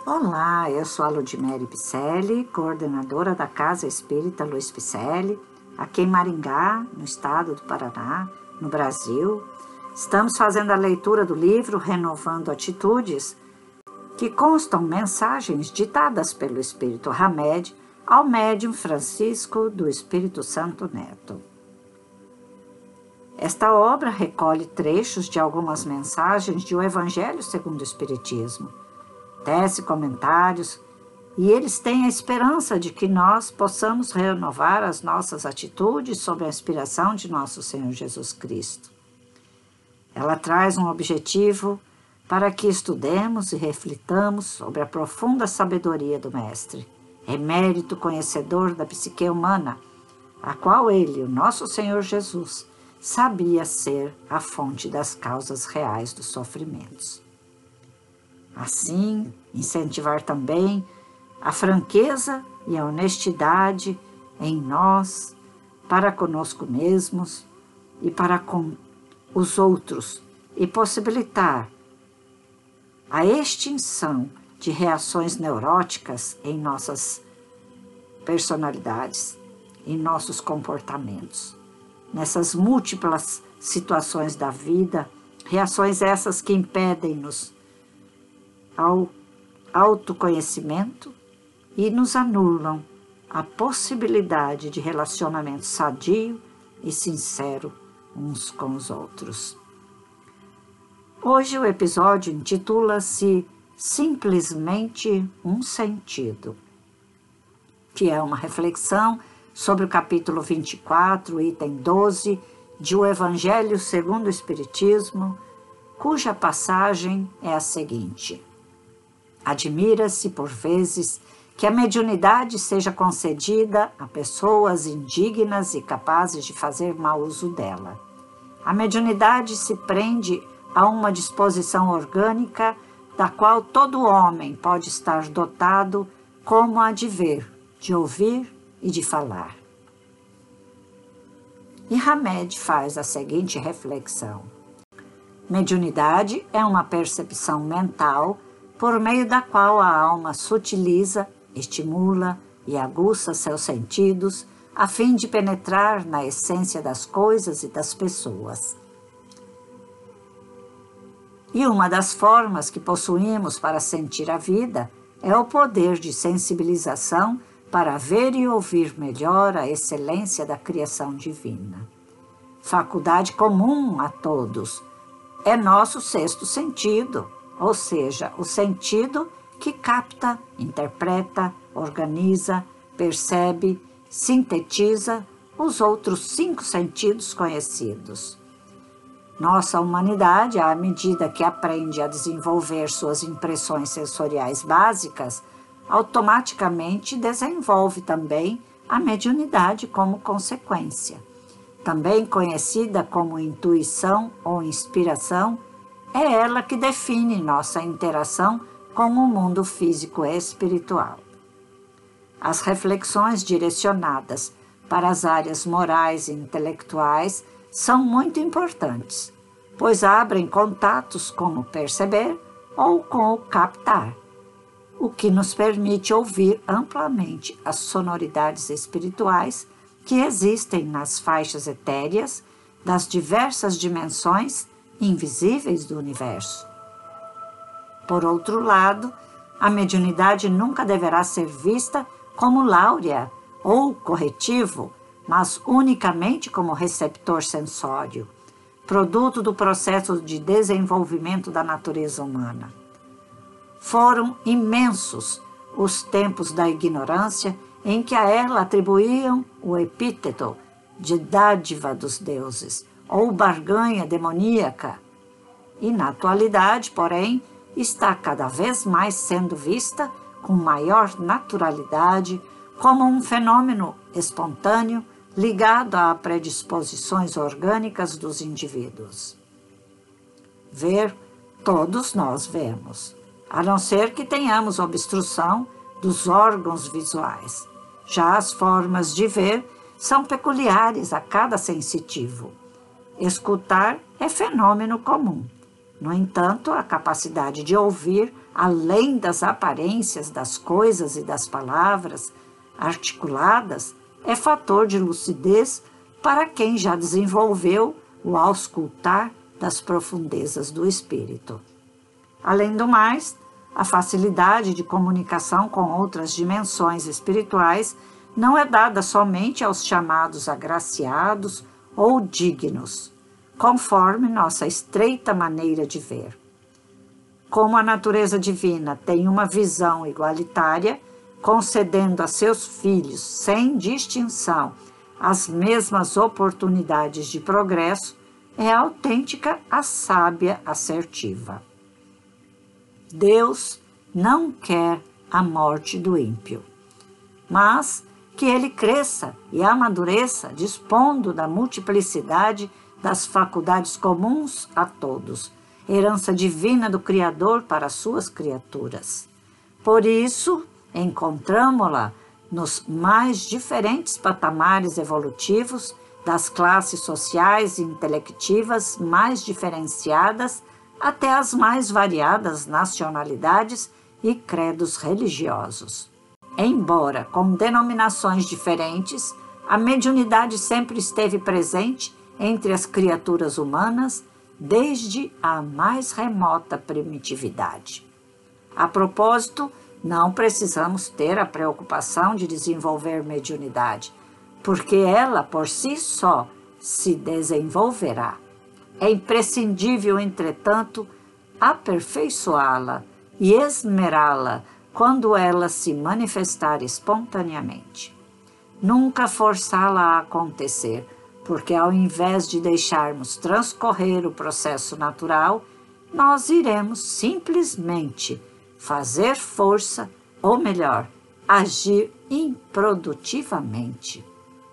Olá, eu sou a Ludmere Picelli, coordenadora da Casa Espírita Luiz Picelli, aqui em Maringá, no estado do Paraná, no Brasil. Estamos fazendo a leitura do livro Renovando Atitudes, que constam mensagens ditadas pelo Espírito Hamed ao médium Francisco do Espírito Santo Neto. Esta obra recolhe trechos de algumas mensagens de O Evangelho segundo o Espiritismo, tece comentários, e eles têm a esperança de que nós possamos renovar as nossas atitudes sob a inspiração de nosso Senhor Jesus Cristo. Ela traz um objetivo para que estudemos e reflitamos sobre a profunda sabedoria do Mestre, emérito conhecedor da psique humana, a qual ele, o nosso Senhor Jesus, sabia ser a fonte das causas reais dos sofrimentos. Assim, incentivar também a franqueza e a honestidade em nós, para conosco mesmos e para com os outros, e possibilitar a extinção de reações neuróticas em nossas personalidades, em nossos comportamentos, nessas múltiplas situações da vida, reações essas que impedem-nos ao autoconhecimento e nos anulam a possibilidade de relacionamento sadio e sincero uns com os outros. Hoje o episódio intitula-se Simplesmente um Sentido, que é uma reflexão sobre o capítulo 24, item 12, de O Evangelho segundo o Espiritismo, cuja passagem é a seguinte: admira-se, por vezes, que a mediunidade seja concedida a pessoas indignas e capazes de fazer mau uso dela. A mediunidade se prende a uma disposição orgânica da qual todo homem pode estar dotado, como a de ver, de ouvir e de falar. E Hamed faz a seguinte reflexão: mediunidade é uma percepção mental por meio da qual a alma sutiliza, estimula e aguça seus sentidos a fim de penetrar na essência das coisas e das pessoas. E uma das formas que possuímos para sentir a vida é o poder de sensibilização para ver e ouvir melhor a excelência da criação divina. Faculdade comum a todos, é nosso sexto sentido, ou seja, o sentido que capta, interpreta, organiza, percebe, sintetiza os outros 5 sentidos conhecidos. Nossa humanidade, à medida que aprende a desenvolver suas impressões sensoriais básicas, automaticamente desenvolve também a mediunidade como consequência. Também conhecida como intuição ou inspiração, é ela que define nossa interação com o mundo físico e espiritual. As reflexões direcionadas para as áreas morais e intelectuais são muito importantes, pois abrem contatos com o perceber ou com o captar, o que nos permite ouvir amplamente as sonoridades espirituais que existem nas faixas etéreas das diversas dimensões invisíveis do universo. Por outro lado, a mediunidade nunca deverá ser vista como láurea ou corretivo, mas unicamente como receptor sensório, produto do processo de desenvolvimento da natureza humana. Foram imensos os tempos da ignorância em que a ela atribuíam o epíteto de dádiva dos deuses, ou barganha demoníaca, e na atualidade, porém, está cada vez mais sendo vista com maior naturalidade como um fenômeno espontâneo ligado a predisposições orgânicas dos indivíduos. Ver, todos nós vemos, a não ser que tenhamos obstrução dos órgãos visuais. Já as formas de ver são peculiares a cada sensitivo. Escutar é fenômeno comum. No entanto, a capacidade de ouvir além das aparências das coisas e das palavras articuladas, é fator de lucidez para quem já desenvolveu o auscultar das profundezas do espírito. Além do mais, a facilidade de comunicação com outras dimensões espirituais não é dada somente aos chamados agraciados ou dignos, conforme nossa estreita maneira de ver. Como a natureza divina tem uma visão igualitária, concedendo a seus filhos, sem distinção, as mesmas oportunidades de progresso, é autêntica a sábia assertiva. Deus não quer a morte do ímpio, mas que ele cresça e amadureça, dispondo da multiplicidade das faculdades comuns a todos, herança divina do Criador para suas criaturas. Por isso, encontramo-la nos mais diferentes patamares evolutivos das classes sociais e intelectivas mais diferenciadas até as mais variadas nacionalidades e credos religiosos. Embora com denominações diferentes, a mediunidade sempre esteve presente entre as criaturas humanas desde a mais remota primitividade. A propósito, não precisamos ter a preocupação de desenvolver mediunidade, porque ela por si só se desenvolverá. É imprescindível, entretanto, aperfeiçoá-la e esmerá-la quando ela se manifestar espontaneamente. Nunca forçá-la a acontecer, porque ao invés de deixarmos transcorrer o processo natural, nós iremos simplesmente fazer força, ou melhor, agir improdutivamente.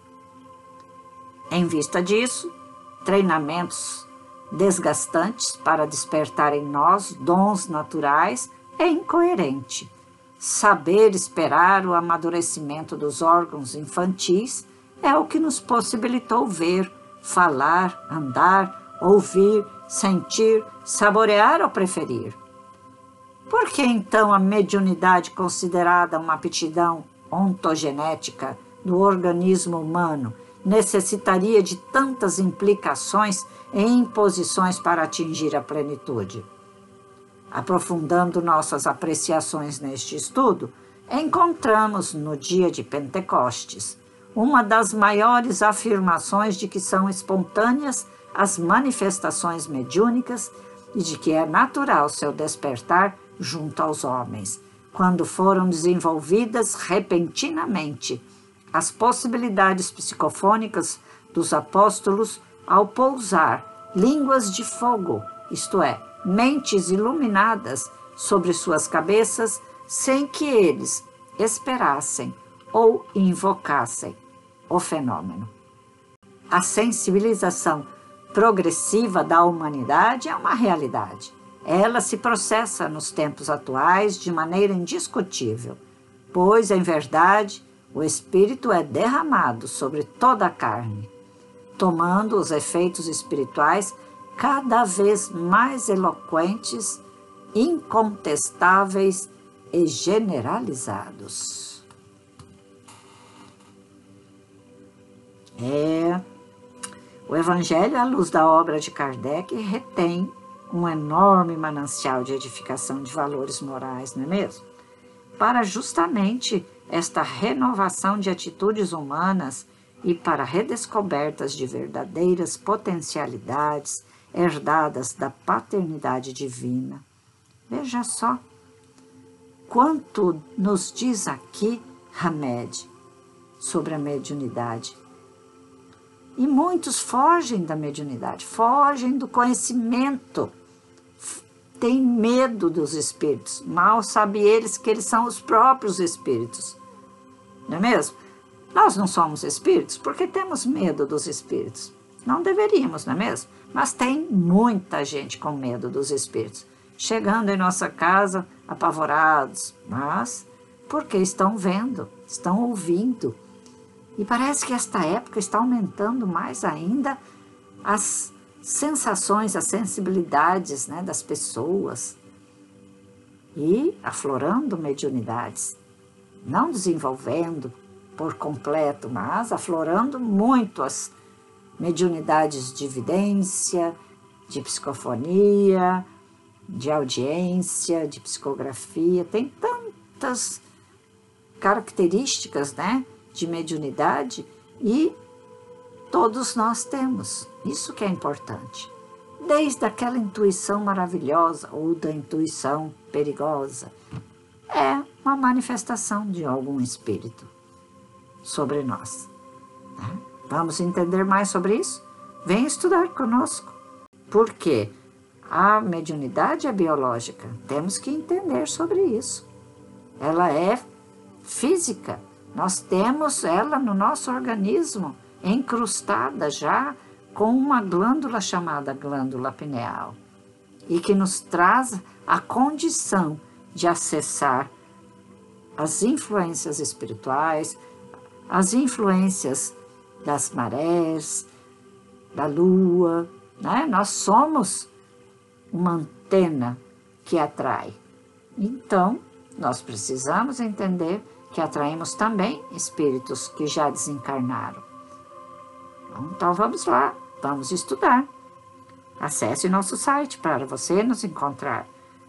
Em vista disso, treinamentos desgastantes para despertar em nós dons naturais é incoerente. Saber esperar o amadurecimento dos órgãos infantis é o que nos possibilitou ver, falar, andar, ouvir, sentir, saborear ou preferir. Por que então a mediunidade, considerada uma aptidão ontogenética do organismo humano, necessitaria de tantas implicações e imposições para atingir a plenitude? Aprofundando nossas apreciações neste estudo, encontramos no dia de Pentecostes uma das maiores afirmações de que são espontâneas as manifestações mediúnicas e de que é natural seu despertar junto aos homens, quando foram desenvolvidas repentinamente as possibilidades psicofônicas dos apóstolos ao pousar línguas de fogo, isto é, mentes iluminadas sobre suas cabeças sem que eles esperassem ou invocassem o fenômeno. A sensibilização progressiva da humanidade é uma realidade. Ela se processa nos tempos atuais de maneira indiscutível, pois, em verdade, o Espírito é derramado sobre toda a carne, tomando os efeitos espirituais cada vez mais eloquentes, incontestáveis e generalizados. O Evangelho, à luz da obra de Kardec, retém um enorme manancial de edificação de valores morais, não é mesmo? Para justamente esta renovação de atitudes humanas e para redescobertas de verdadeiras potencialidades herdadas da paternidade divina. Veja só quanto nos diz aqui Hamed sobre a mediunidade. E muitos fogem da mediunidade, fogem do conhecimento, têm medo dos espíritos. Mal sabem eles que eles são os próprios espíritos, não é mesmo? Nós não somos espíritos porque temos medo dos espíritos. Não deveríamos, não é mesmo? Mas tem muita gente com medo dos espíritos, chegando em nossa casa apavorados, mas porque estão vendo, estão ouvindo. E parece que esta época está aumentando mais ainda as sensações, as sensibilidades, né, das pessoas. e aflorando mediunidades, não desenvolvendo por completo, mas aflorando muito as mediunidades de vidência, de psicofonia, de audiência, de psicografia. Tem tantas características, né, de mediunidade e todos nós temos. Isso que é importante. Desde aquela intuição maravilhosa ou da intuição perigosa, é uma manifestação de algum espírito sobre nós, né? Vamos entender mais sobre isso? Vem estudar conosco, porque a mediunidade é biológica, temos que entender sobre isso. Ela é física, nós temos ela no nosso organismo, encrustada já com uma glândula chamada glândula pineal, e que nos traz a condição de acessar as influências espirituais, as influências das marés, da lua, né? Nós somos uma antena que atrai. Então, nós precisamos entender que atraímos também espíritos que já desencarnaram. Então, vamos lá, vamos estudar. Acesse nosso site para você nos encontrar,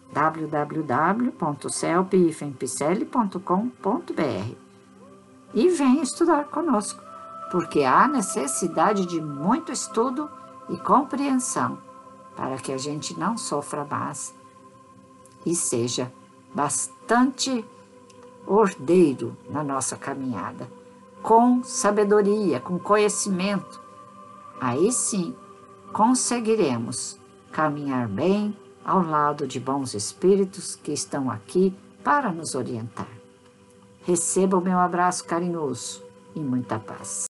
www.celpifempicele.com.br, e venha estudar conosco, porque há necessidade de muito estudo e compreensão para que a gente não sofra mais e seja bastante ordeiro na nossa caminhada, com sabedoria, com conhecimento. Aí sim conseguiremos caminhar bem ao lado de bons espíritos que estão aqui para nos orientar. Receba o meu abraço carinhoso e muita paz.